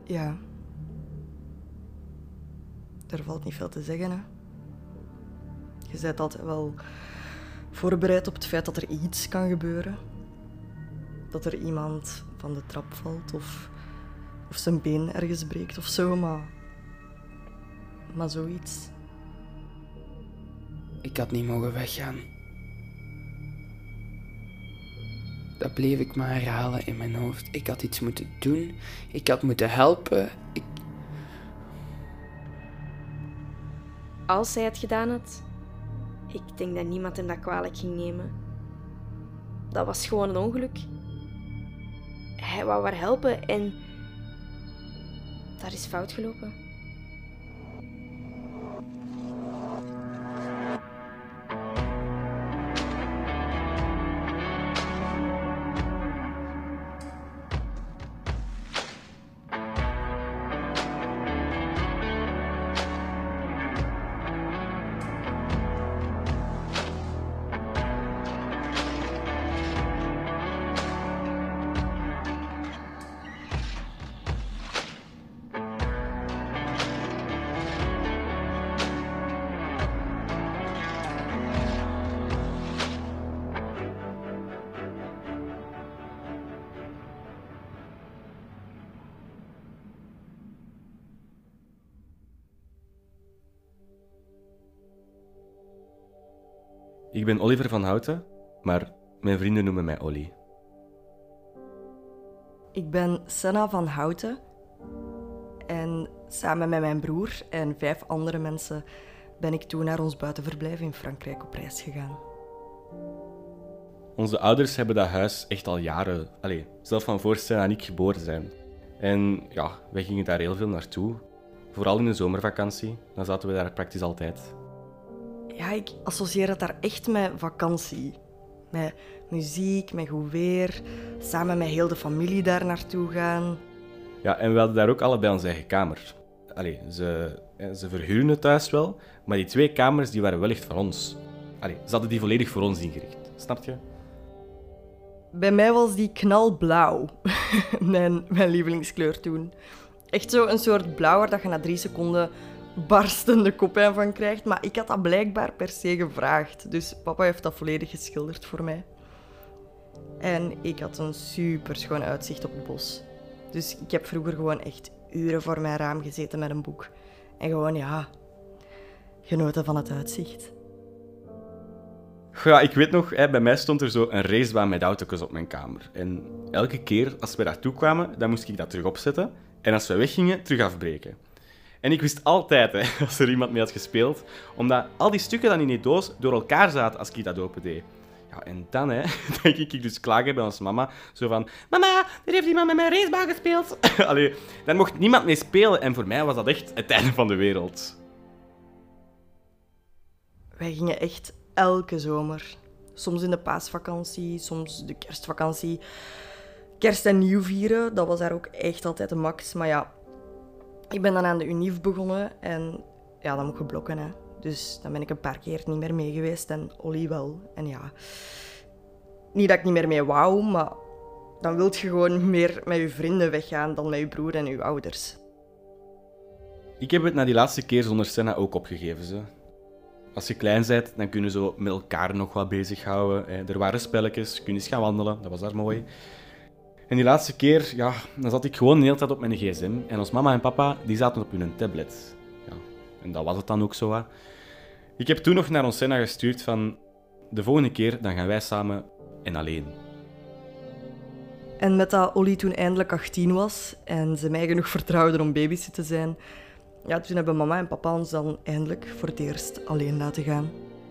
Ja. Er valt niet veel te zeggen, hè. Je bent altijd wel voorbereid op het feit dat er iets kan gebeuren. Dat er iemand van de trap valt of zijn been ergens breekt of zo, maar zoiets. Ik had niet mogen weggaan. Dat bleef ik maar herhalen in mijn hoofd. Ik had iets moeten doen. Ik had moeten helpen. Als hij het gedaan had, ik denk dat niemand hem dat kwalijk ging nemen. Dat was gewoon een ongeluk. Hij wou haar helpen en dat is fout gelopen. Ik ben Oliver van Houten, maar mijn vrienden noemen mij Olly. Ik ben Senna van Houten en samen met mijn broer en 5 andere mensen ben ik toen naar ons buitenverblijf in Frankrijk op reis gegaan. Onze ouders hebben dat huis echt al jaren, zelfs van voor Senna en ik geboren zijn. En ja, wij gingen daar heel veel naartoe. Vooral in de zomervakantie, dan zaten we daar praktisch altijd. Ja, ik associeer het daar echt met vakantie. Met muziek, met goed weer, samen met heel de familie daar naartoe gaan. Ja, en we hadden daar ook allebei onze eigen kamer. Ze verhuren het thuis wel, maar die 2 kamers die waren wel echt van ons. Ze hadden die volledig voor ons ingericht, snap je? Bij mij was die knalblauw, mijn lievelingskleur toen. Echt zo een soort blauw waar dat je na 3 seconden barstende koppijn van krijgt. Maar ik had dat blijkbaar per se gevraagd. Dus papa heeft dat volledig geschilderd voor mij. En ik had een super schoon uitzicht op het bos. Dus ik heb vroeger gewoon echt uren voor mijn raam gezeten met een boek. En gewoon, ja, genoten van het uitzicht. Ja, ik weet nog, bij mij stond er zo een racebaan met auto's op mijn kamer. En elke keer als we daartoe kwamen, dan moest ik dat terug opzetten. En als we weggingen, terug afbreken. En ik wist altijd, als er iemand mee had gespeeld, omdat al die stukken dan in die doos door elkaar zaten als ik dat opendeed. Ja, en dan, dan ging ik dus klagen bij onze mama. Zo van, mama, er heeft iemand met mijn racebaan gespeeld. Allee, daar mocht niemand mee spelen. En voor mij was dat echt het einde van de wereld. Wij gingen echt elke zomer. Soms in de paasvakantie, soms de kerstvakantie. Kerst en nieuw vieren, dat was daar ook echt altijd de max. Maar ja, ik ben dan aan de UNIF begonnen en ja, dan moet je blokken, hè. Dus dan ben ik een paar keer niet meer mee geweest en Olly wel. En ja, niet dat ik niet meer mee wou, maar dan wil je gewoon meer met je vrienden weggaan dan met je broer en je ouders. Ik heb het na die laatste keer zonder Senna ook opgegeven. Zo. Als je klein bent, dan kunnen ze met elkaar nog wat bezighouden. Er waren spelletjes, je kunt eens gaan wandelen, dat was daar mooi. En die laatste keer, ja, dan zat ik gewoon de hele tijd op mijn gsm. En ons mama en papa, die zaten op hun tablet. Ja, en dat was het dan ook zo. Hè. Ik heb toen nog naar ons Senna gestuurd van... De volgende keer, dan gaan wij samen en alleen. En met dat Olly toen eindelijk 18 was en ze mij genoeg vertrouwden om babysit te zijn, ja, toen hebben mama en papa ons dan eindelijk voor het eerst alleen laten gaan.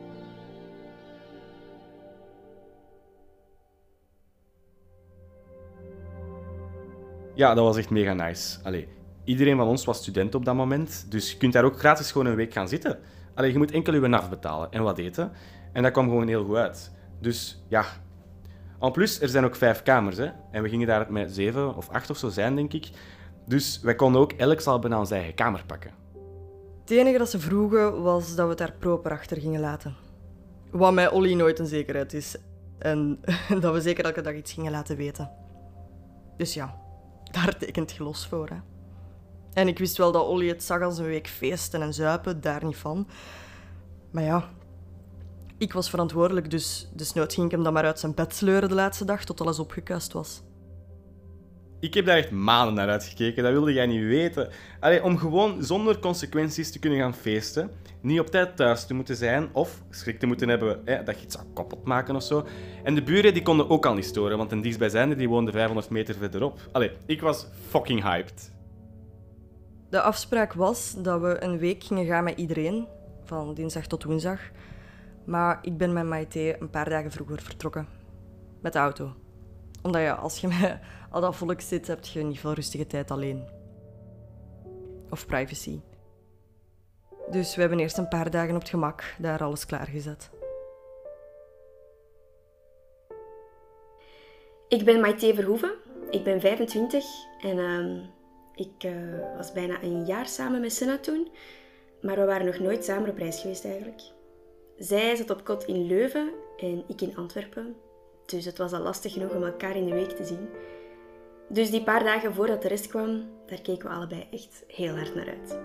Ja, dat was echt mega nice. Allee, iedereen van ons was student op dat moment, dus je kunt daar ook gratis gewoon een week gaan zitten. Allee, je moet enkel je NAF betalen en wat eten. En dat kwam gewoon heel goed uit. Dus ja. En plus, er zijn ook 5 kamers, hè. En we gingen daar met 7 of 8 of zo zijn, denk ik. Dus wij konden ook elk zal bijna onze eigen kamer pakken. Het enige dat ze vroegen was dat we het daar proper achter gingen laten. Wat mij Olly nooit een zekerheid is. En dat we zeker elke dag iets gingen laten weten. Dus ja, daar tekent je los voor, hè. En ik wist wel dat Olly het zag als een week feesten en zuipen, daar niet van. Maar ja, ik was verantwoordelijk, dus desnoods ging ik hem dan maar uit zijn bed sleuren de laatste dag tot alles opgekuist was. Ik heb daar echt maanden naar uitgekeken, dat wilde jij niet weten. Allee, om gewoon zonder consequenties te kunnen gaan feesten, niet op tijd thuis te moeten zijn of schrik te moeten hebben dat je iets zou kapot maken of zo. En de buren die konden ook al niet storen, want een dichtstbijzijnde die woonde 500 meter verderop. Allee, ik was fucking hyped. De afspraak was dat we een week gingen gaan met iedereen, van dinsdag tot woensdag. Maar ik ben met Maite een paar dagen vroeger vertrokken. Met de auto. Omdat ja, als je met al dat volk zit, heb je niet veel rustige tijd alleen. Of privacy. Dus we hebben eerst een paar dagen op het gemak daar alles klaargezet. Ik ben Maite Verhoeven. Ik ben 25 en ik was bijna een jaar samen met Senna toen. Maar we waren nog nooit samen op reis geweest eigenlijk. Zij zat op kot in Leuven en ik in Antwerpen. Dus het was al lastig genoeg om elkaar in de week te zien. Dus die paar dagen voordat de rest kwam, daar keken we allebei echt heel hard naar uit.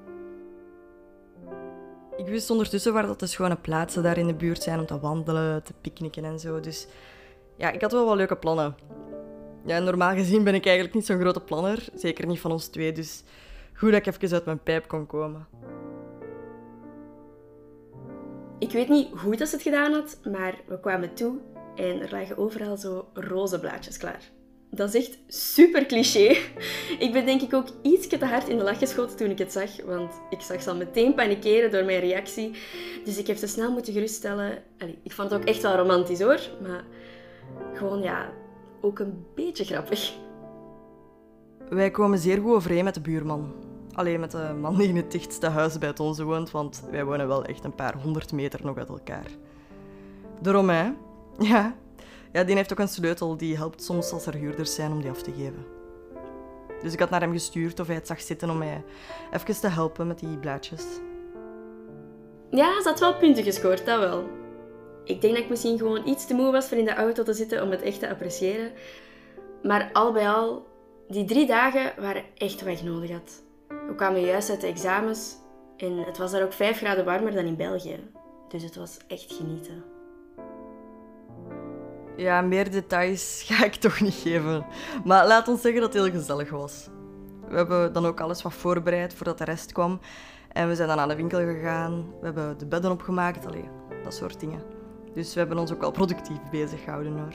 Ik wist ondertussen waar dat de schone plaatsen daar in de buurt zijn om te wandelen, te picknicken en zo. Dus ja, ik had wel wat leuke plannen. Ja, normaal gezien ben ik eigenlijk niet zo'n grote planner. Zeker niet van ons twee, dus goed dat ik even uit mijn pijp kon komen. Ik weet niet hoe dat ze het gedaan had, maar we kwamen toe en er lagen overal zo rozenblaadjes klaar. Dat is echt super cliché. Ik ben denk ik ook iets te hard in de lach geschoten toen ik het zag, want ik zag ze al meteen panikeren door mijn reactie. Dus ik heb ze snel moeten geruststellen. Allee, ik vond het ook echt wel romantisch hoor, maar gewoon ja, ook een beetje grappig. Wij komen zeer goed overeen met de buurman. Alleen met de man die in het dichtste huis bij het onze woont, want wij wonen wel echt een paar 100 meter nog uit elkaar. De Romain, ja, die heeft ook een sleutel, die helpt soms als er huurders zijn om die af te geven. Dus ik had naar hem gestuurd of hij het zag zitten om mij even te helpen met die blaadjes. Ja, ze had wel punten gescoord, dat wel. Ik denk dat ik misschien gewoon iets te moe was voor in de auto te zitten om het echt te appreciëren. Maar al bij al, die 3 dagen waren echt wat ik nodig had. We kwamen juist uit de examens en het was daar ook 5 graden warmer dan in België. Dus het was echt genieten. Ja, meer details ga ik toch niet geven. Maar laat ons zeggen dat het heel gezellig was. We hebben dan ook alles wat voorbereid voordat de rest kwam. En we zijn dan naar de winkel gegaan. We hebben de bedden opgemaakt. Allee, dat soort dingen. Dus we hebben ons ook wel productief bezig gehouden hoor.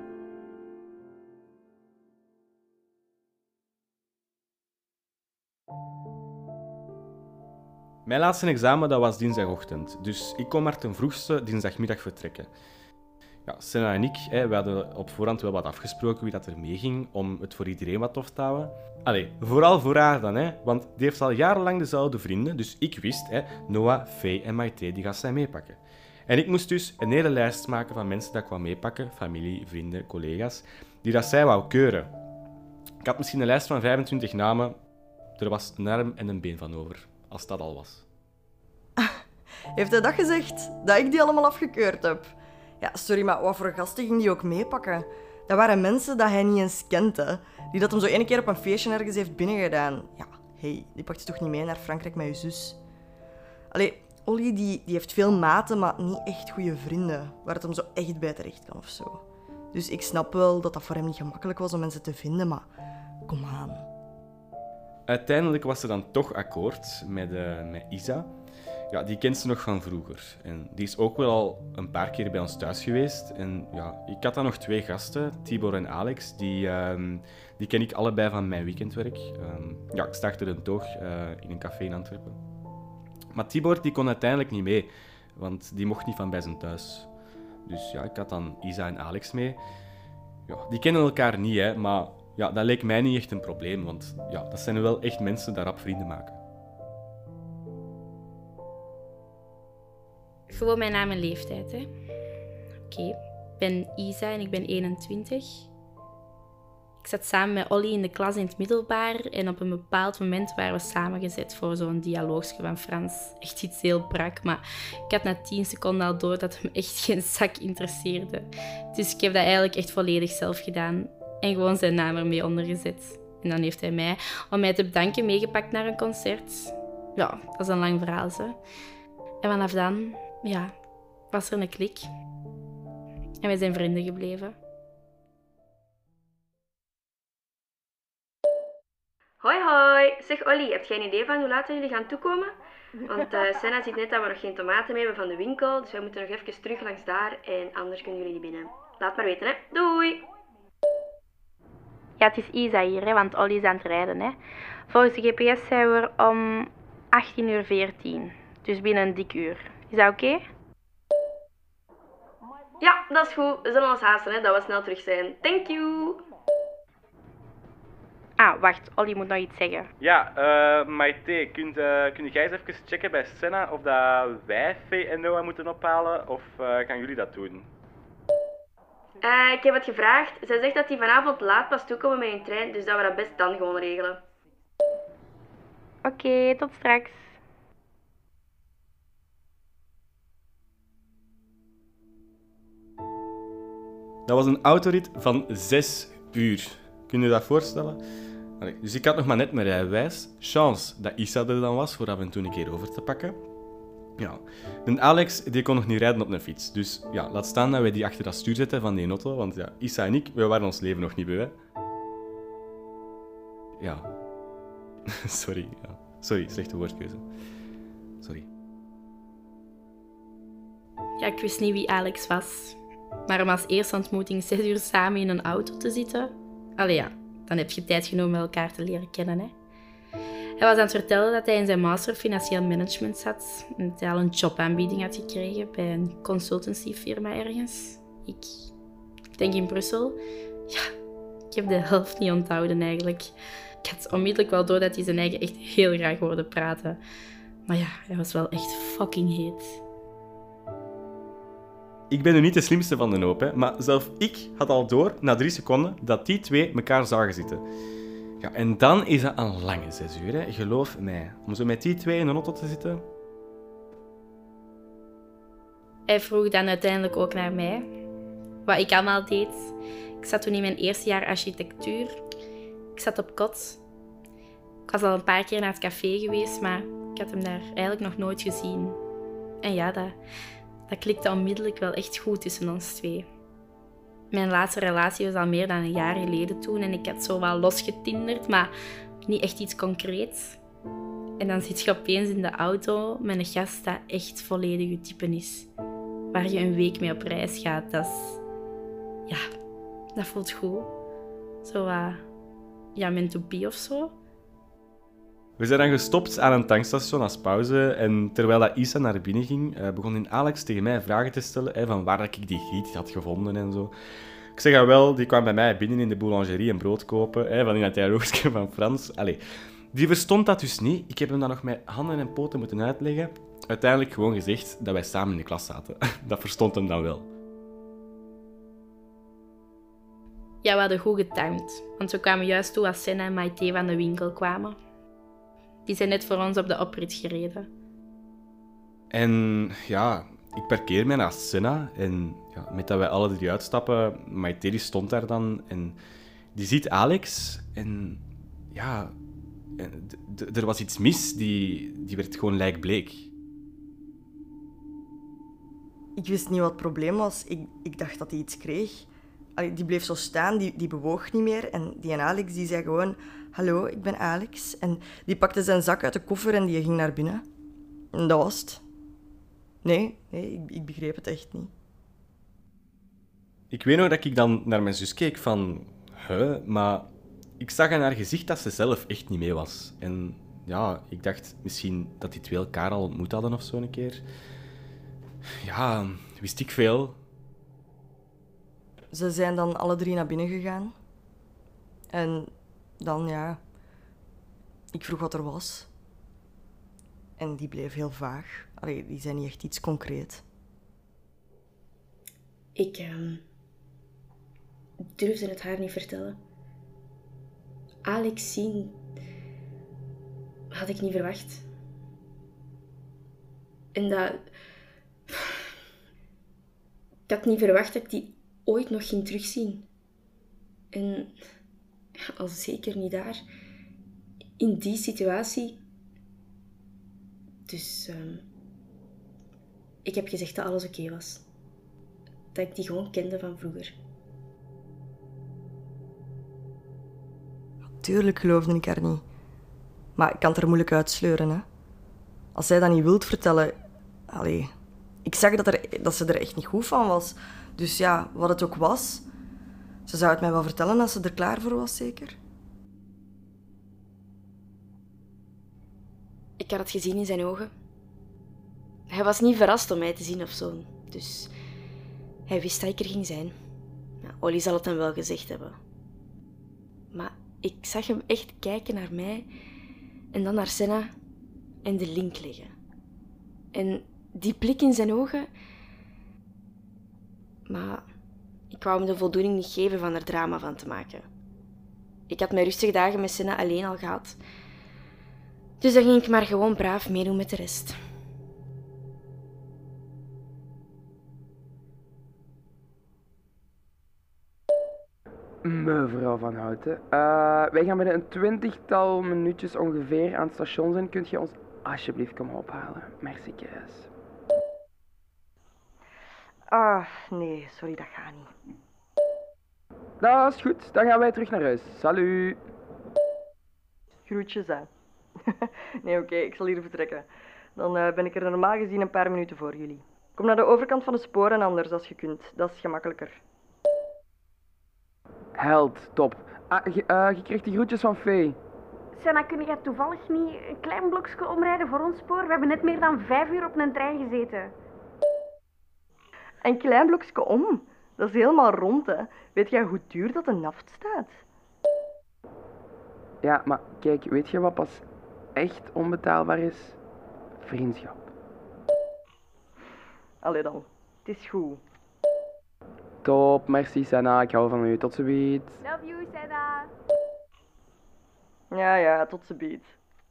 Mijn laatste examen dat was dinsdagochtend, dus ik kon maar ten vroegste dinsdagmiddag vertrekken. Ja, Senna en ik, we hadden op voorhand wel wat afgesproken wie dat er mee ging om het voor iedereen wat tof te houden. Allee, vooral voor haar dan, want die heeft al jarenlang dezelfde vrienden, dus ik wist, Noah, Faye en Maite, die gaat zij meepakken. En ik moest dus een hele lijst maken van mensen dat ik wou meepakken, familie, vrienden, collega's, die dat zij wou keuren. Ik had misschien een lijst van 25 namen, er was een arm en een been van over, als dat al was. Heeft hij dat gezegd? Dat ik die allemaal afgekeurd heb? Ja, sorry, maar wat voor gasten ging die ook meepakken? Dat waren mensen dat hij niet eens kent, hè. Die dat hem zo 1 keer op een feestje ergens heeft binnengedaan. Ja, die pakt je toch niet mee naar Frankrijk met je zus? Allee, Olly die heeft veel maten, maar niet echt goede vrienden. Waar het hem zo echt bij terecht kan of zo. Dus ik snap wel dat dat voor hem niet gemakkelijk was om mensen te vinden, maar kom aan. Uiteindelijk was ze dan toch akkoord met Isa. Ja, die kent ze nog van vroeger. En die is ook wel al een paar keer bij ons thuis geweest. En ja, ik had dan nog 2 gasten, Tibor en Alex. Die ken ik allebei van mijn weekendwerk. Ik startte een toog in een café in Antwerpen. Maar Tibor die kon uiteindelijk niet mee, want die mocht niet van bij zijn thuis. Dus ja, ik had dan Isa en Alex mee. Ja, die kennen elkaar niet, maar ja, dat leek mij niet echt een probleem, want ja, dat zijn wel echt mensen die rap vrienden maken. Gewoon mijn naam en leeftijd, hè. Oké, ik ben Isa en ik ben 21. Ik zat samen met Olly in de klas in het middelbaar en op een bepaald moment waren we samengezet voor zo'n dialoogje van Frans. Echt iets heel brak, maar ik had na 10 seconden al door dat hem echt geen zak interesseerde. Dus ik heb dat eigenlijk echt volledig zelf gedaan en gewoon zijn naam ermee ondergezet. En dan heeft hij mij, om mij te bedanken, meegepakt naar een concert. Ja, dat is een lang verhaal, hè. En vanaf dan, ja, was er een klik. En wij zijn vrienden gebleven. Hoi hoi. Zeg Olly, heb jij een idee van hoe laat jullie gaan toekomen? Want Senna ziet net dat we nog geen tomaten hebben van de winkel, dus wij moeten nog even terug langs daar en anders kunnen jullie niet binnen. Laat maar weten, hè. Doei! Ja, het is Isa hier, hè, want Olly is aan het rijden. Hè. Volgens de GPS zijn we er om 18:14. Dus binnen een dik uur. Is dat oké? Ja, dat is goed. We zullen ons haasten, hè, dat we snel terug zijn. Thank you! Ah, wacht. Olly moet nog iets zeggen. Ja, Maite, kun jij eens even checken bij Senna of dat wij Faye en Noah moeten ophalen? Of gaan jullie dat doen? Ik heb het gevraagd. Zij zegt dat die vanavond laat pas toekomen met hun trein, dus dat we dat best dan gewoon regelen. Oké, tot straks. Dat was een autorit van 6 uur. Kun je je dat voorstellen? Allee, dus ik had nog maar net mijn rijbewijs. Chance dat Isa er dan was, voor af en toe een keer over te pakken. Ja. De Alex die kon nog niet rijden op een fiets. Dus ja, laat staan dat wij die achter dat stuur zetten van die auto. Want ja, Isa en ik, wij waren ons leven nog niet beu, hè. Ja. Sorry. Ja. Sorry, slechte woordkeuze. Sorry. Ja, ik wist niet wie Alex was. Maar om als eerste ontmoeting 6 uur samen in een auto te zitten... Allee ja, dan heb je tijd genomen elkaar te leren kennen, hè. Hij was aan het vertellen dat hij in zijn master financieel management zat. En dat hij al een jobaanbieding had gekregen bij een consultancyfirma ergens. Ik denk in Brussel. Ja, ik heb de helft niet onthouden eigenlijk. Ik had onmiddellijk wel door dat hij zijn eigen echt heel graag hoorde praten. Maar ja, hij was wel echt fucking heet. Ik ben nu niet de slimste van de hoop, hè, maar zelf ik had al door, na 3 seconden, dat die twee elkaar zagen zitten. Ja, en dan is dat een lange 6 uur, hè. Geloof mij. Om zo met die twee in een auto te zitten... Hij vroeg dan uiteindelijk ook naar mij. Wat ik allemaal deed. Ik zat toen in mijn eerste jaar architectuur. Ik zat op kot. Ik was al een paar keer naar het café geweest, maar ik had hem daar eigenlijk nog nooit gezien. En ja, dat klikte onmiddellijk wel echt goed tussen ons twee. Mijn laatste relatie was al meer dan een jaar geleden toen en ik had zo wel losgetinderd, maar niet echt iets concreets. En dan zit je opeens in de auto met een gast dat echt volledig je type is. Waar je een week mee op reis gaat, dat voelt goed. Zo meant to be of zo. We zijn dan gestopt aan een tankstation als pauze en terwijl dat Isa naar binnen ging, begon Alex tegen mij vragen te stellen van waar ik die giet had gevonden en zo. Ik zeg wel, die kwam bij mij binnen in de boulangerie een brood kopen, van in dat dialoogje van Frans. Allee, die verstond dat dus niet. Ik heb hem dan nog met handen en poten moeten uitleggen. Uiteindelijk gewoon gezegd dat wij samen in de klas zaten. Dat verstond hem dan wel. Ja, we hadden goed getimed, want we kwamen juist toe als Senna en Maite van de winkel kwamen. Die zijn net voor ons op de oprit gereden. En ja, ik parkeer mij naast Senna en ja, met dat wij alle 3 uitstappen, Maite die stond daar dan en die ziet Alex en ja, er was iets mis, die werd gewoon lijkbleek. Ik wist niet wat het probleem was. Ik dacht dat hij iets kreeg. Allee, die bleef zo staan, die bewoog niet meer. En die Alex die zei gewoon... Hallo, ik ben Alex. En die pakte zijn zak uit de koffer en die ging naar binnen. En dat was het. Nee, ik begreep het echt niet. Ik weet nog dat ik dan naar mijn zus keek van... Maar ik zag aan haar gezicht dat ze zelf echt niet mee was. En ja, ik dacht misschien dat die twee elkaar al ontmoet hadden of zo een keer. Ja, wist ik veel. Ze zijn dan alle 3 naar binnen gegaan. En dan, ja... Ik vroeg wat er was. En die bleef heel vaag. Allee, die zei niet echt iets concreet. Ik durfde het haar niet vertellen. Alex zien had ik niet verwacht. En dat... Ik had niet verwacht dat ik die ooit nog ging terugzien. En Al zeker niet daar. In die situatie. Dus ik heb gezegd dat alles oké was. Dat ik die gewoon kende van vroeger. Tuurlijk geloofde ik haar niet. Maar ik kan het er moeilijk uitsleuren, hè. Als zij dat niet wilt vertellen... Allee, ik zag dat ze er echt niet goed van was. Dus ja, wat het ook was... Ze zou het mij wel vertellen als ze er klaar voor was, zeker? Ik had het gezien in zijn ogen. Hij was niet verrast om mij te zien of zo. Dus hij wist dat ik er ging zijn. Ja, Olly zal het hem wel gezegd hebben. Maar ik zag hem echt kijken naar mij en dan naar Senna en de link leggen. En die blik in zijn ogen... Maar ik wou hem de voldoening niet geven van er drama van te maken. Ik had mijn rustige dagen met Senna alleen al gehad. Dus dan ging ik maar gewoon braaf meedoen met de rest. Mevrouw Van Houten, wij gaan binnen een 20-tal minuutjes ongeveer aan het station zijn. Kunt je ons alsjeblieft komen ophalen? Merci, Kees. Ah, nee, sorry, dat gaat niet. Dat is goed, dan gaan wij terug naar huis. Salut! Groetjes, hè. Nee, oké, ik zal hier vertrekken. Dan ben ik er normaal gezien een paar minuten voor jullie. Kom naar de overkant van de sporen anders als je kunt. Dat is gemakkelijker. Held, top. Je krijgt die groetjes van Faye. Senna, kun jij toevallig niet een klein blokje omrijden voor ons spoor? We hebben net meer dan 5 uur op een trein gezeten. Een klein blokje om. Dat is helemaal rond, hè. Weet jij hoe duur dat een naft staat? Ja, maar kijk, weet je wat pas echt onbetaalbaar is? Vriendschap. Allee dan, het is goed. Top, merci Senna, ik hou van u. Tot ziens. Love you, Senna. Ja, tot ziens.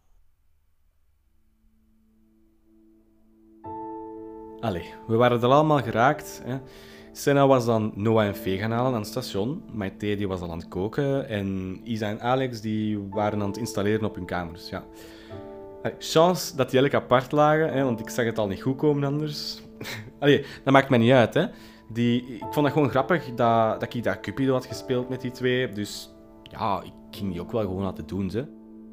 Allee, we waren er allemaal geraakt. Hè. Senna was dan Noah en Fee gaan halen aan het station. Maite die was al aan het koken. En Isa en Alex die waren aan het installeren op hun kamers. Ja. Allee, chance dat die elk apart lagen, hè, want ik zag het al niet goed komen anders. Allee, dat maakt mij niet uit. Hè. Ik vond dat gewoon grappig dat ik daar Cupido had gespeeld met die twee. Dus ja, ik ging die ook wel gewoon laten doen. Ze.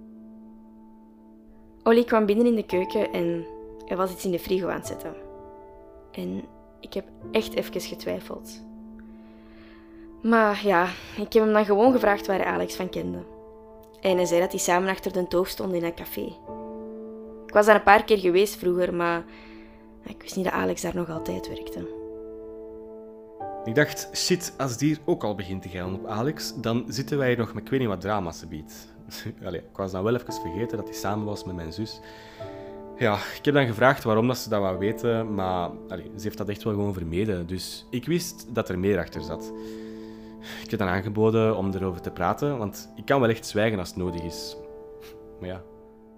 Olly kwam binnen in de keuken en er was iets in de frigo aan het zetten. En ik heb echt even getwijfeld. Maar ja, ik heb hem dan gewoon gevraagd waar Alex van kende. En hij zei dat die samen achter de toog stonden in een café. Ik was daar een paar keer geweest vroeger, maar ik wist niet dat Alex daar nog altijd werkte. Ik dacht, shit, als die hier ook al begint te gaan op Alex, dan zitten wij nog met ik weet niet wat drama's biedt. Allee, ik was dan wel even vergeten dat hij samen was met mijn zus. Ja, ik heb dan gevraagd waarom dat ze dat wou weten, maar allee, ze heeft dat echt wel gewoon vermeden. Dus ik wist dat er meer achter zat. Ik heb dan aangeboden om erover te praten, want ik kan wel echt zwijgen als het nodig is. Maar ja.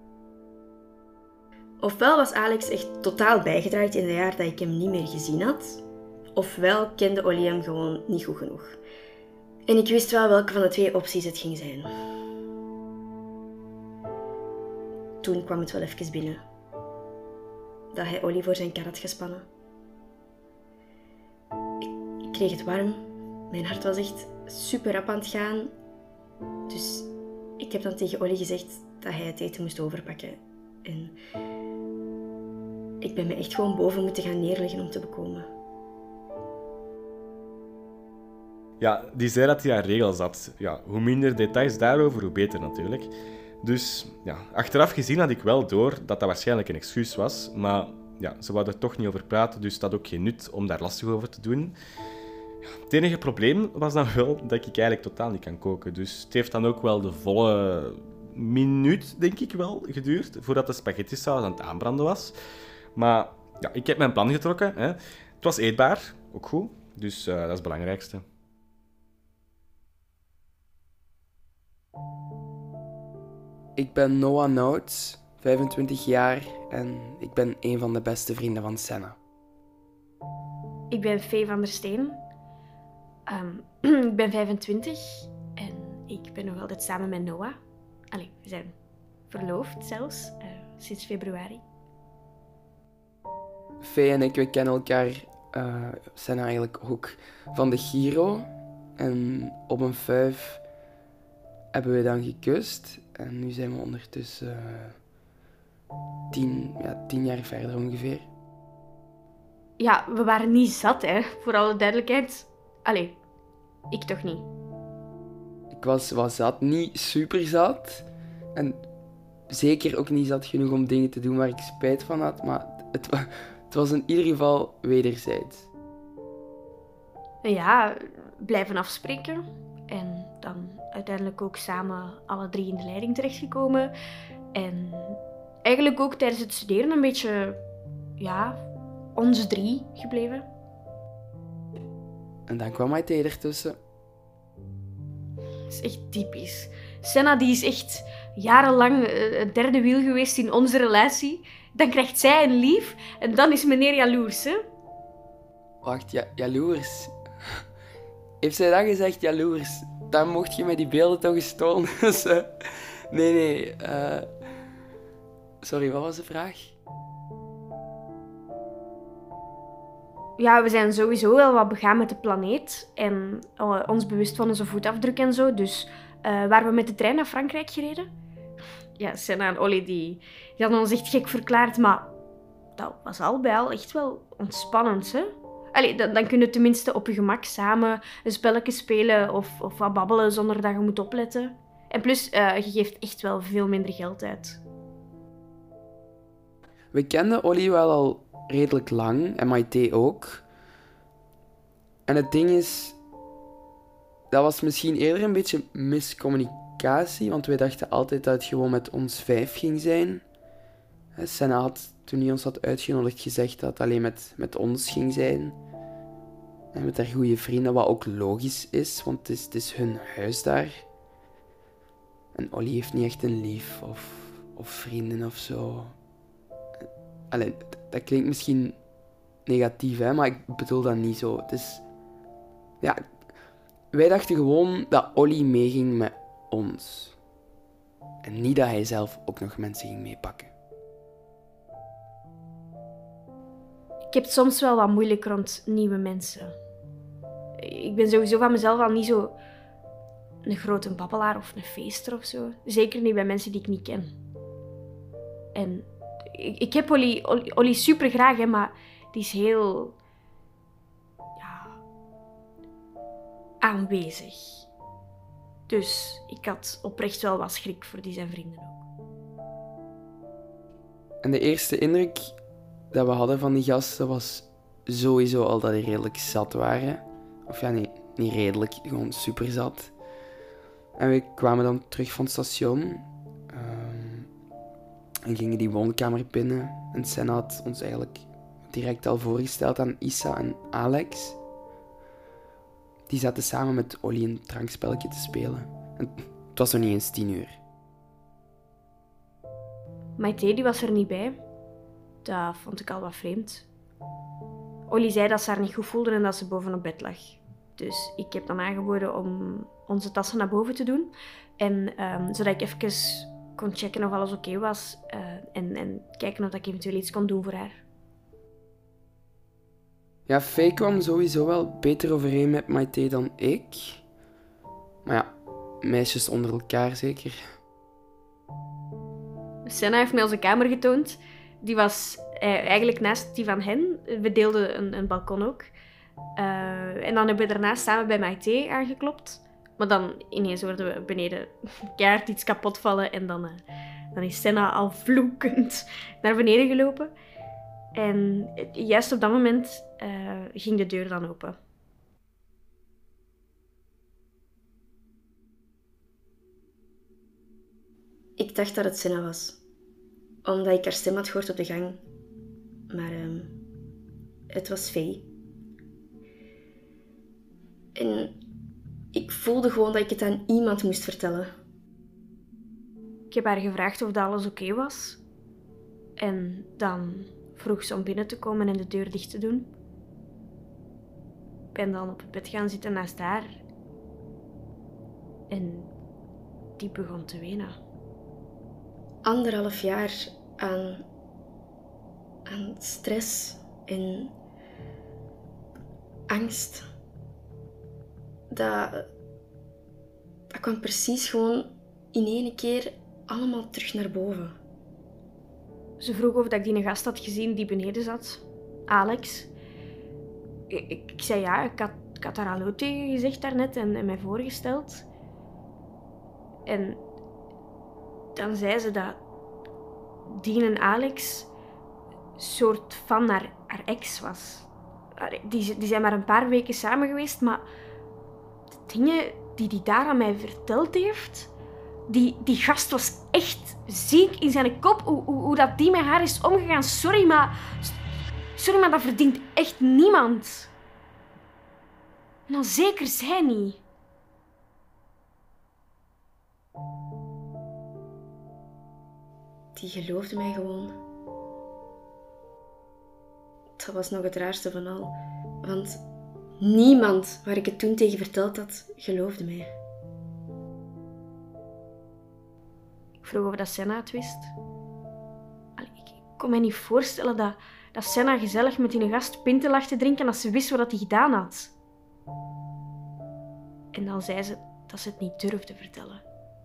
Ofwel was Alex echt totaal bijgedraaid in de jaar dat ik hem niet meer gezien had, ofwel kende Olly hem gewoon niet goed genoeg. En ik wist wel welke van de twee opties het ging zijn. Toen kwam het wel even binnen. Dat hij Olly voor zijn kar had gespannen. Ik kreeg het warm. Mijn hart was echt super rap aan het gaan. Dus ik heb dan tegen Olly gezegd dat hij het eten moest overpakken. En ik ben me echt gewoon boven moeten gaan neerleggen om te bekomen. Ja, die zei dat hij aan regels had. Ja, hoe minder details daarover, hoe beter natuurlijk. Dus ja, achteraf gezien had ik wel door dat dat waarschijnlijk een excuus was. Maar ja, ze wou er toch niet over praten, dus dat had ook geen nut om daar lastig over te doen. Ja, het enige probleem was dan wel dat ik eigenlijk totaal niet kan koken. Dus het heeft dan ook wel de volle minuut, denk ik wel, geduurd voordat de spaghettisaus aan het aanbranden was. Maar ja, ik heb mijn plan getrokken. Hè. Het was eetbaar, ook goed. Dus dat is het belangrijkste. Ik ben Noah Nouts, 25 jaar en ik ben een van de beste vrienden van Senna. Ik ben Fee van der Steen. Ik ben 25 en ik ben nog altijd samen met Noah. Allee, we zijn verloofd zelfs, sinds februari. Faye en ik, we kennen elkaar, zijn eigenlijk ook van de Giro. En op een 5 hebben we dan gekust. En nu zijn we ondertussen 10 jaar verder ongeveer. Ja, we waren niet zat, hè, voor alle duidelijkheid. Allee, ik toch niet. Ik was zat, niet super zat. En zeker ook niet zat genoeg om dingen te doen waar ik spijt van had. Maar het was in ieder geval wederzijds. En ja, blijven afspreken. En dan uiteindelijk ook samen alle 3 in de leiding terechtgekomen. En eigenlijk ook tijdens het studeren een beetje, ja, ons 3 gebleven. En dan kwam Maite ertussen. Dat is echt typisch. Senna die is echt jarenlang het derde wiel geweest in onze relatie. Dan krijgt zij een lief en dan is meneer jaloers, hè? Wacht, jaloers? Heeft zij dat gezegd, jaloers? Dan mocht je mij die beelden toch eens tonen. Dus, nee. Sorry, wat was de vraag? Ja, we zijn sowieso wel wat begaan met de planeet. En ons bewust van onze voetafdruk en zo. Dus waar we met de trein naar Frankrijk gereden. Ja, Senna en Olly die hadden ons echt gek verklaard. Maar dat was al bij al echt wel ontspannend, hè? Allee, dan kun je tenminste op je gemak samen een spelletje spelen of wat babbelen zonder dat je moet opletten. En plus, je geeft echt wel veel minder geld uit. We kenden Olly wel al redelijk lang en Maite ook. En het ding is, dat was misschien eerder een beetje miscommunicatie, want wij dachten altijd dat het gewoon met ons 5 ging zijn. Senna had, toen hij ons had uitgenodigd, gezegd dat het alleen met ons ging zijn. En met haar goede vrienden, wat ook logisch is, want het is hun huis daar. En Olly heeft niet echt een lief of vrienden of zo. Allee, dat klinkt misschien negatief, hè, maar ik bedoel dat niet zo. Het is... Ja, wij dachten gewoon dat Olly meeging met ons. En niet dat hij zelf ook nog mensen ging meepakken. Ik heb het soms wel wat moeilijk rond nieuwe mensen. Ik ben sowieso van mezelf al niet zo een grote babbelaar of een feester of zo. Zeker niet bij mensen die ik niet ken. En ik heb Olly super graag, hè, maar die is heel... ja... aanwezig. Dus ik had oprecht wel wat schrik voor die zijn vrienden ook. En de eerste indruk dat we hadden van die gasten was sowieso al dat die redelijk zat waren. Of ja, nee, niet redelijk, gewoon super zat. En we kwamen dan terug van het station. En gingen die woonkamer binnen. En Senna had ons eigenlijk direct al voorgesteld aan Issa en Alex. Die zaten samen met Olly een drankspelletje te spelen. En het was nog niet eens 10 uur. Maite die was er niet bij. Dat vond ik al wat vreemd. Olly zei dat ze haar niet goed voelde en dat ze bovenop bed lag. Dus ik heb dan aangeboden om onze tassen naar boven te doen. En zodat ik even kon checken of alles oké was. En kijken of ik eventueel iets kon doen voor haar. Ja, Faye kwam sowieso wel beter overeen met Maite dan ik. Maar ja, meisjes onder elkaar zeker. Senna heeft mij onze kamer getoond. Die was eigenlijk naast die van hen. We deelden een balkon ook. En dan hebben we daarna samen bij Maite aangeklopt. Maar dan ineens hoorden we beneden keihard iets kapot vallen. En dan is Senna al vloekend naar beneden gelopen. En juist op dat moment ging de deur dan open. Ik dacht dat het Senna was. Omdat ik haar stem had gehoord op de gang. Maar het was Faye. En ik voelde gewoon dat ik het aan iemand moest vertellen. Ik heb haar gevraagd of dat alles oké was. En dan vroeg ze om binnen te komen en de deur dicht te doen. Ik ben dan op het bed gaan zitten naast haar. En die begon te wenen. 1,5 jaar aan stress en angst. Dat kwam precies gewoon in één keer allemaal terug naar boven. Ze vroeg of ik die een gast had gezien die beneden zat. Alex. Ik zei ja, ik had haar hallo tegen gezegd daarnet en mij voorgesteld. En dan zei ze dat die en Alex een soort van haar ex was. Die zijn maar een paar weken samen geweest, maar de dingen die hij daar aan mij verteld heeft... Die gast was echt ziek in zijn kop, hoe dat die met haar is omgegaan. Sorry, maar dat verdient echt niemand. En dan zeker zij niet. Die geloofde mij gewoon. Dat was nog het raarste van al. Want niemand waar ik het toen tegen verteld had, geloofde mij. Ik vroeg of dat Senna het wist. Ik kon me niet voorstellen dat Senna gezellig met die gast pinten lag te drinken als ze wist wat hij gedaan had. En dan zei ze dat ze het niet durfde vertellen.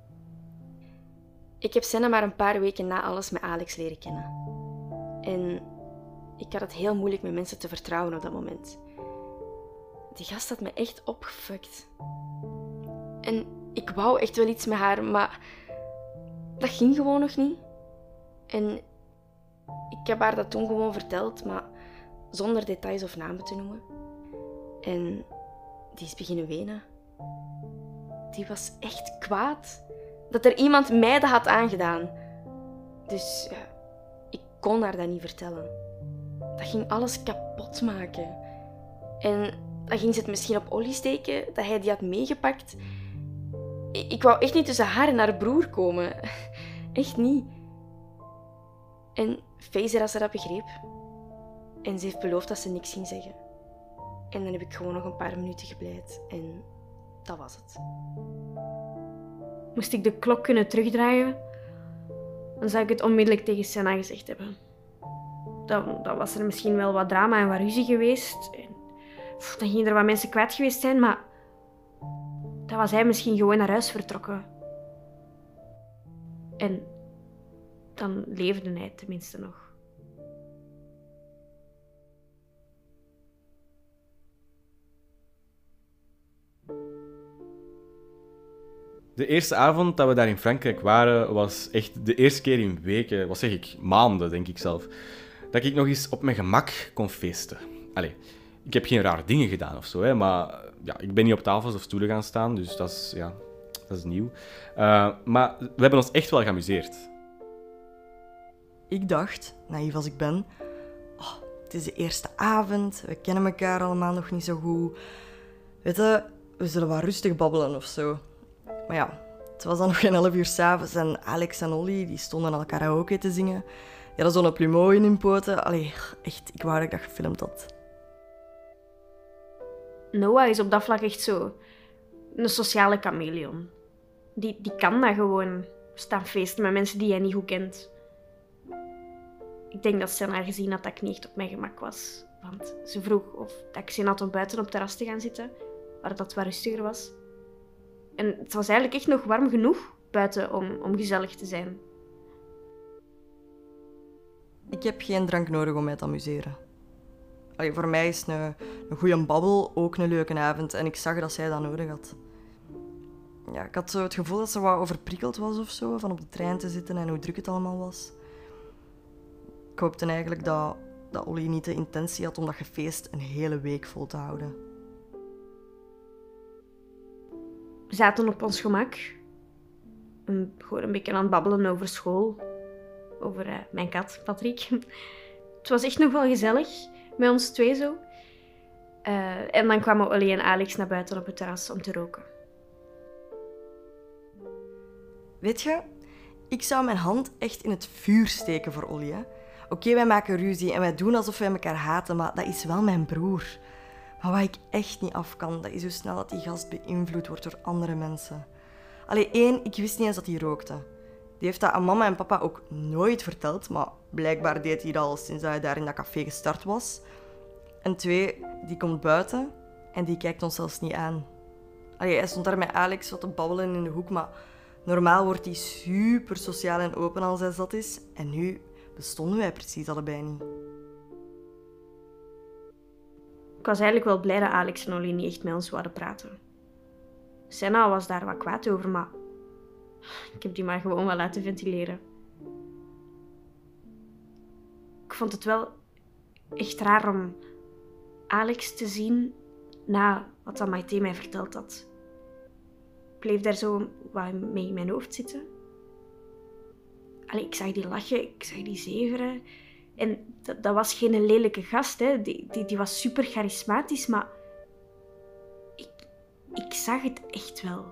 Ik heb Senna maar een paar weken na alles met Alex leren kennen. En ik had het heel moeilijk met mensen te vertrouwen op dat moment. Die gast had me echt opgefukt. En ik wou echt wel iets met haar, maar dat ging gewoon nog niet. En ik heb haar dat toen gewoon verteld, maar zonder details of namen te noemen. En die is beginnen wenen. Die was echt kwaad dat er iemand mij dat had aangedaan. Dus ja, ik kon haar dat niet vertellen. Dat ging alles kapot maken. En dan ging ze het misschien op Olly steken, dat hij die had meegepakt. Ik wou echt niet tussen haar en haar broer komen. Echt niet. En Fazer als ze dat begreep. En ze heeft beloofd dat ze niks ging zeggen. En dan heb ik gewoon nog een paar minuten gebleid. En dat was het. Moest ik de klok kunnen terugdraaien, dan zou ik het onmiddellijk tegen Senna gezegd hebben. Dan was er misschien wel wat drama en wat ruzie geweest. Dan gingen er wat mensen kwijt geweest zijn, maar dan was hij misschien gewoon naar huis vertrokken. En dan leefde hij tenminste nog. De eerste avond dat we daar in Frankrijk waren, was echt de eerste keer in weken, wat zeg ik, maanden denk ik zelf, dat ik nog eens op mijn gemak kon feesten. Allee, ik heb geen rare dingen gedaan of zo, hè, maar ja, ik ben niet op tafels of stoelen gaan staan, dus dat is nieuw. Maar we hebben ons echt wel geamuseerd. Ik dacht, naïef als ik ben, het is de eerste avond, we kennen elkaar allemaal nog niet zo goed. Weet je, we zullen wat rustig babbelen of zo. Maar ja, het was dan nog geen 11 uur 's avonds en Alex en Olly die stonden al karaoke te zingen. Die hadden zo'n plumeau in hun poten. Allee, echt, ik wou dat ik dat gefilmd had. Noah is op dat vlak echt zo een sociale chameleon. Die kan dat gewoon, staan feesten met mensen die hij niet goed kent. Ik denk dat Senna gezien had dat ik niet echt op mijn gemak was. Want ze vroeg of dat ik zin had om buiten op het terras te gaan zitten, waar dat wat rustiger was. En het was eigenlijk echt nog warm genoeg buiten om gezellig te zijn. Ik heb geen drank nodig om mij te amuseren. Allee, voor mij is een goede babbel ook een leuke avond en ik zag dat zij dat nodig had. Ja, ik had zo het gevoel dat ze wat overprikkeld was of zo, van op de trein te zitten en hoe druk het allemaal was. Ik hoopte eigenlijk dat Olly niet de intentie had om dat gefeest een hele week vol te houden. We zaten op ons gemak. Gewoon een beetje aan het babbelen over school. Over mijn kat, Patrick. Het was echt nog wel gezellig, met ons twee zo. En dan kwamen Olly en Alex naar buiten op het terras om te roken. Weet je, ik zou mijn hand echt in het vuur steken voor Olly. Hè? Oké, wij maken ruzie en wij doen alsof wij elkaar haten, maar dat is wel mijn broer. Maar wat ik echt niet af kan, dat is hoe snel dat die gast beïnvloed wordt door andere mensen. Allee, ik wist niet eens dat hij rookte. Die heeft dat aan mama en papa ook nooit verteld, maar blijkbaar deed hij dat al sinds dat hij daar in dat café gestart was. En 2, die komt buiten en die kijkt ons zelfs niet aan. Allee, hij stond daar met Alex wat te babbelen in de hoek, maar normaal wordt hij super sociaal en open als hij zat is. En nu bestonden wij precies allebei niet. Ik was eigenlijk wel blij dat Alex en Olly niet echt met ons zouden praten. Senna was daar wat kwaad over, maar ik heb die maar gewoon wel laten ventileren. Ik vond het wel echt raar om Alex te zien na wat dat Maite mij verteld had. Ik bleef daar zo wat mee in mijn hoofd zitten. Allee, ik zag die lachen, ik zag die zeveren. En dat was geen lelijke gast, hè. Die was super charismatisch, maar ik zag het echt wel.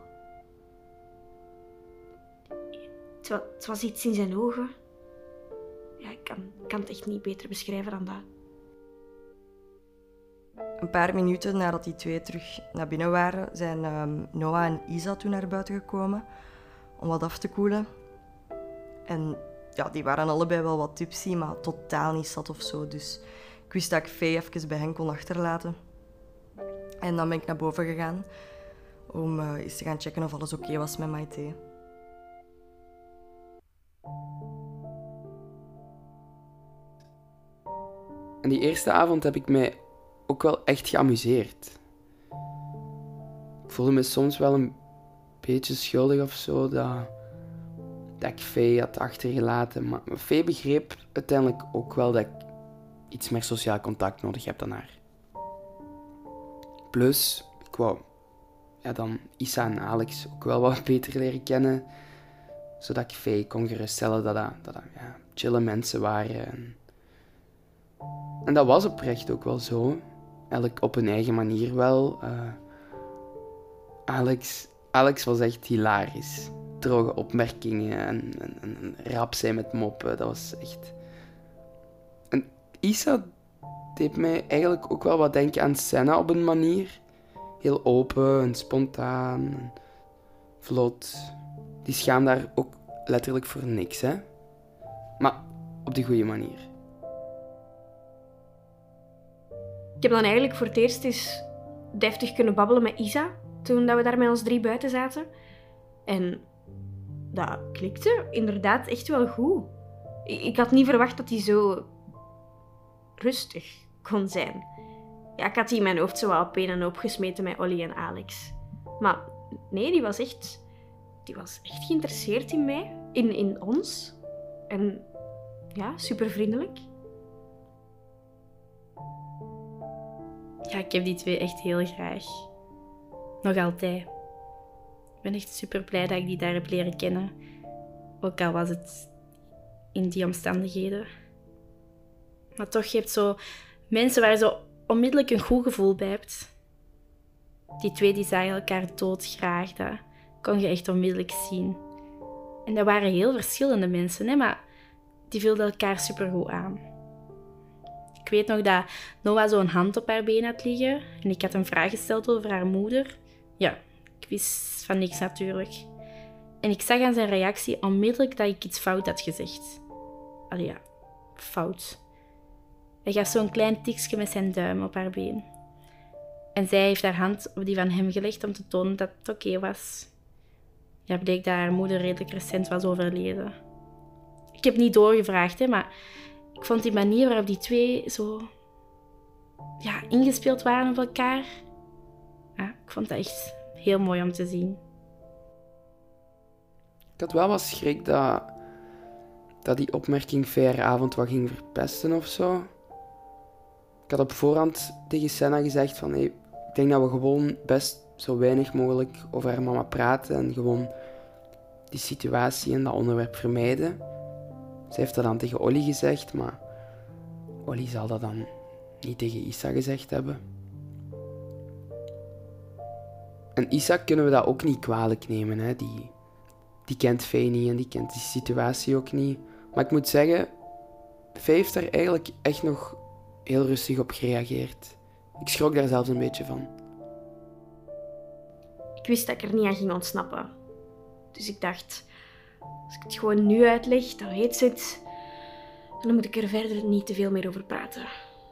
Het was iets in zijn ogen. Ja, ik kan het echt niet beter beschrijven dan dat. Een paar minuten nadat die 2 terug naar binnen waren, zijn Noah en Isa toen naar buiten gekomen om wat af te koelen. En ja, die waren allebei wel wat tipsy, maar totaal niet zat of zo. Dus ik wist dat ik Faye even bij hen kon achterlaten. En dan ben ik naar boven gegaan om eens te gaan checken of alles oké was met Maite. En die eerste avond heb ik mij ook wel echt geamuseerd. Ik voelde me soms wel een beetje schuldig of zo dat ik Faye had achtergelaten. Maar Faye begreep uiteindelijk ook wel dat ik iets meer sociaal contact nodig heb dan haar. Plus, ik wou dan Isa en Alex ook wel wat beter leren kennen. Zodat ik Faye kon geruststellen dat chille mensen waren. En dat was oprecht ook wel zo. Eigenlijk op hun eigen manier wel. Alex was echt hilarisch. Droge opmerkingen en rap zijn met moppen. Dat was echt... En Isa deed mij eigenlijk ook wel wat denken aan Senna op een manier. Heel open en spontaan en vlot. Die schaamde daar ook letterlijk voor niks, hè. Maar op de goede manier. Ik heb dan eigenlijk voor het eerst eens deftig kunnen babbelen met Isa, toen dat we daar met ons 3 buiten zaten. En dat klikte inderdaad echt wel goed. Ik had niet verwacht dat hij zo rustig kon zijn. Ja, ik had die in mijn hoofd zo wel op een hoop gesmeten met Olly en Alex. Maar nee, die was echt geïnteresseerd in mij, in ons. En ja, super vriendelijk. Ja, ik heb die 2 echt heel graag. Nog altijd. Ik ben echt super blij dat ik die daar heb leren kennen. Ook al was het in die omstandigheden. Maar toch, je hebt zo mensen waar je zo onmiddellijk een goed gevoel bij hebt. Die 2 die zagen elkaar doodgraag. Dat kon je echt onmiddellijk zien. En dat waren heel verschillende mensen, hè, maar die vulden elkaar supergoed aan. Ik weet nog dat Noah zo'n hand op haar been had liggen en ik had een vraag gesteld over haar moeder. Ja, ik wist van niks natuurlijk. En ik zag aan zijn reactie onmiddellijk dat ik iets fout had gezegd. Allee ja, fout. Hij gaf zo'n klein tikje met zijn duim op haar been. En zij heeft haar hand op die van hem gelegd om te tonen dat het oké was. Ja, bleek dat haar moeder redelijk recent was overleden. Ik heb niet doorgevraagd, hè, maar ik vond die manier waarop die 2 zo ingespeeld waren op elkaar. Ja, ik vond dat echt heel mooi om te zien. Ik had wel wat schrik dat die opmerking Faye avond wat ging verpesten of zo. Ik had op voorhand tegen Senna gezegd van ik denk dat we gewoon best zo weinig mogelijk over haar mama praten en gewoon die situatie en dat onderwerp vermijden. Ze heeft dat dan tegen Olly gezegd, maar Olly zal dat dan niet tegen Isa gezegd hebben. En Isa kunnen we dat ook niet kwalijk nemen, hè. Die kent Faye niet en die kent die situatie ook niet. Maar ik moet zeggen, Faye heeft daar eigenlijk echt nog heel rustig op gereageerd. Ik schrok daar zelfs een beetje van. Ik wist dat ik er niet aan ging ontsnappen. Dus ik dacht, als ik het gewoon nu uitleg, dan weet ze het. En dan moet ik er verder niet te veel meer over praten.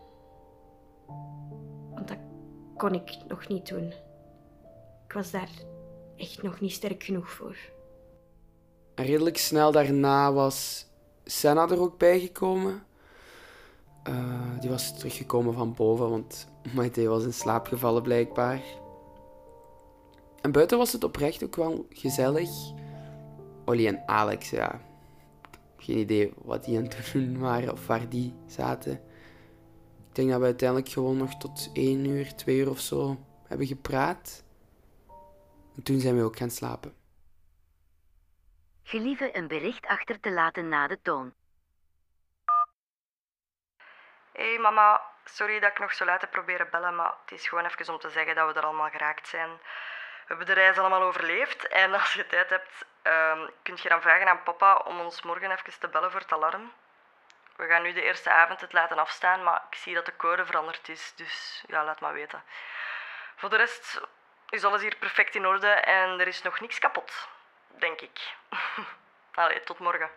Want dat kon ik nog niet doen. Ik was daar echt nog niet sterk genoeg voor. En redelijk snel daarna was Senna er ook bijgekomen. Die was teruggekomen van boven, want Maite was in slaap gevallen blijkbaar. En buiten was het oprecht ook wel gezellig. Olly en Alex, ja. Geen idee wat die aan het doen waren of waar die zaten. Ik denk dat we uiteindelijk gewoon nog tot 1 uur, 2 uur of zo hebben gepraat. En toen zijn we ook gaan slapen. Gelieve een bericht achter te laten na de toon. Hey mama, sorry dat ik nog zo laat heb proberen bellen, maar het is gewoon even om te zeggen dat we er allemaal geraakt zijn. We hebben de reis allemaal overleefd en als je tijd hebt, kun je dan vragen aan papa om ons morgen even te bellen voor het alarm. We gaan nu de eerste avond het laten afstaan, maar ik zie dat de code veranderd is, dus ja, laat maar weten. Voor de rest is alles hier perfect in orde en er is nog niks kapot, denk ik. Allee, tot morgen.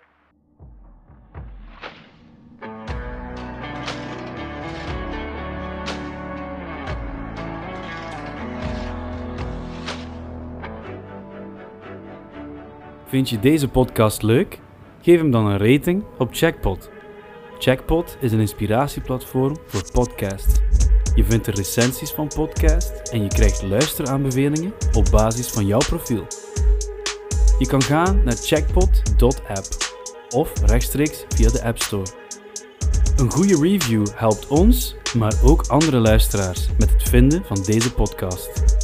Vind je deze podcast leuk? Geef hem dan een rating op Checkpot. Checkpot is een inspiratieplatform voor podcasts. Je vindt er recensies van podcasts en je krijgt luisteraanbevelingen op basis van jouw profiel. Je kan gaan naar checkpot.app of rechtstreeks via de App Store. Een goede review helpt ons, maar ook andere luisteraars met het vinden van deze podcast.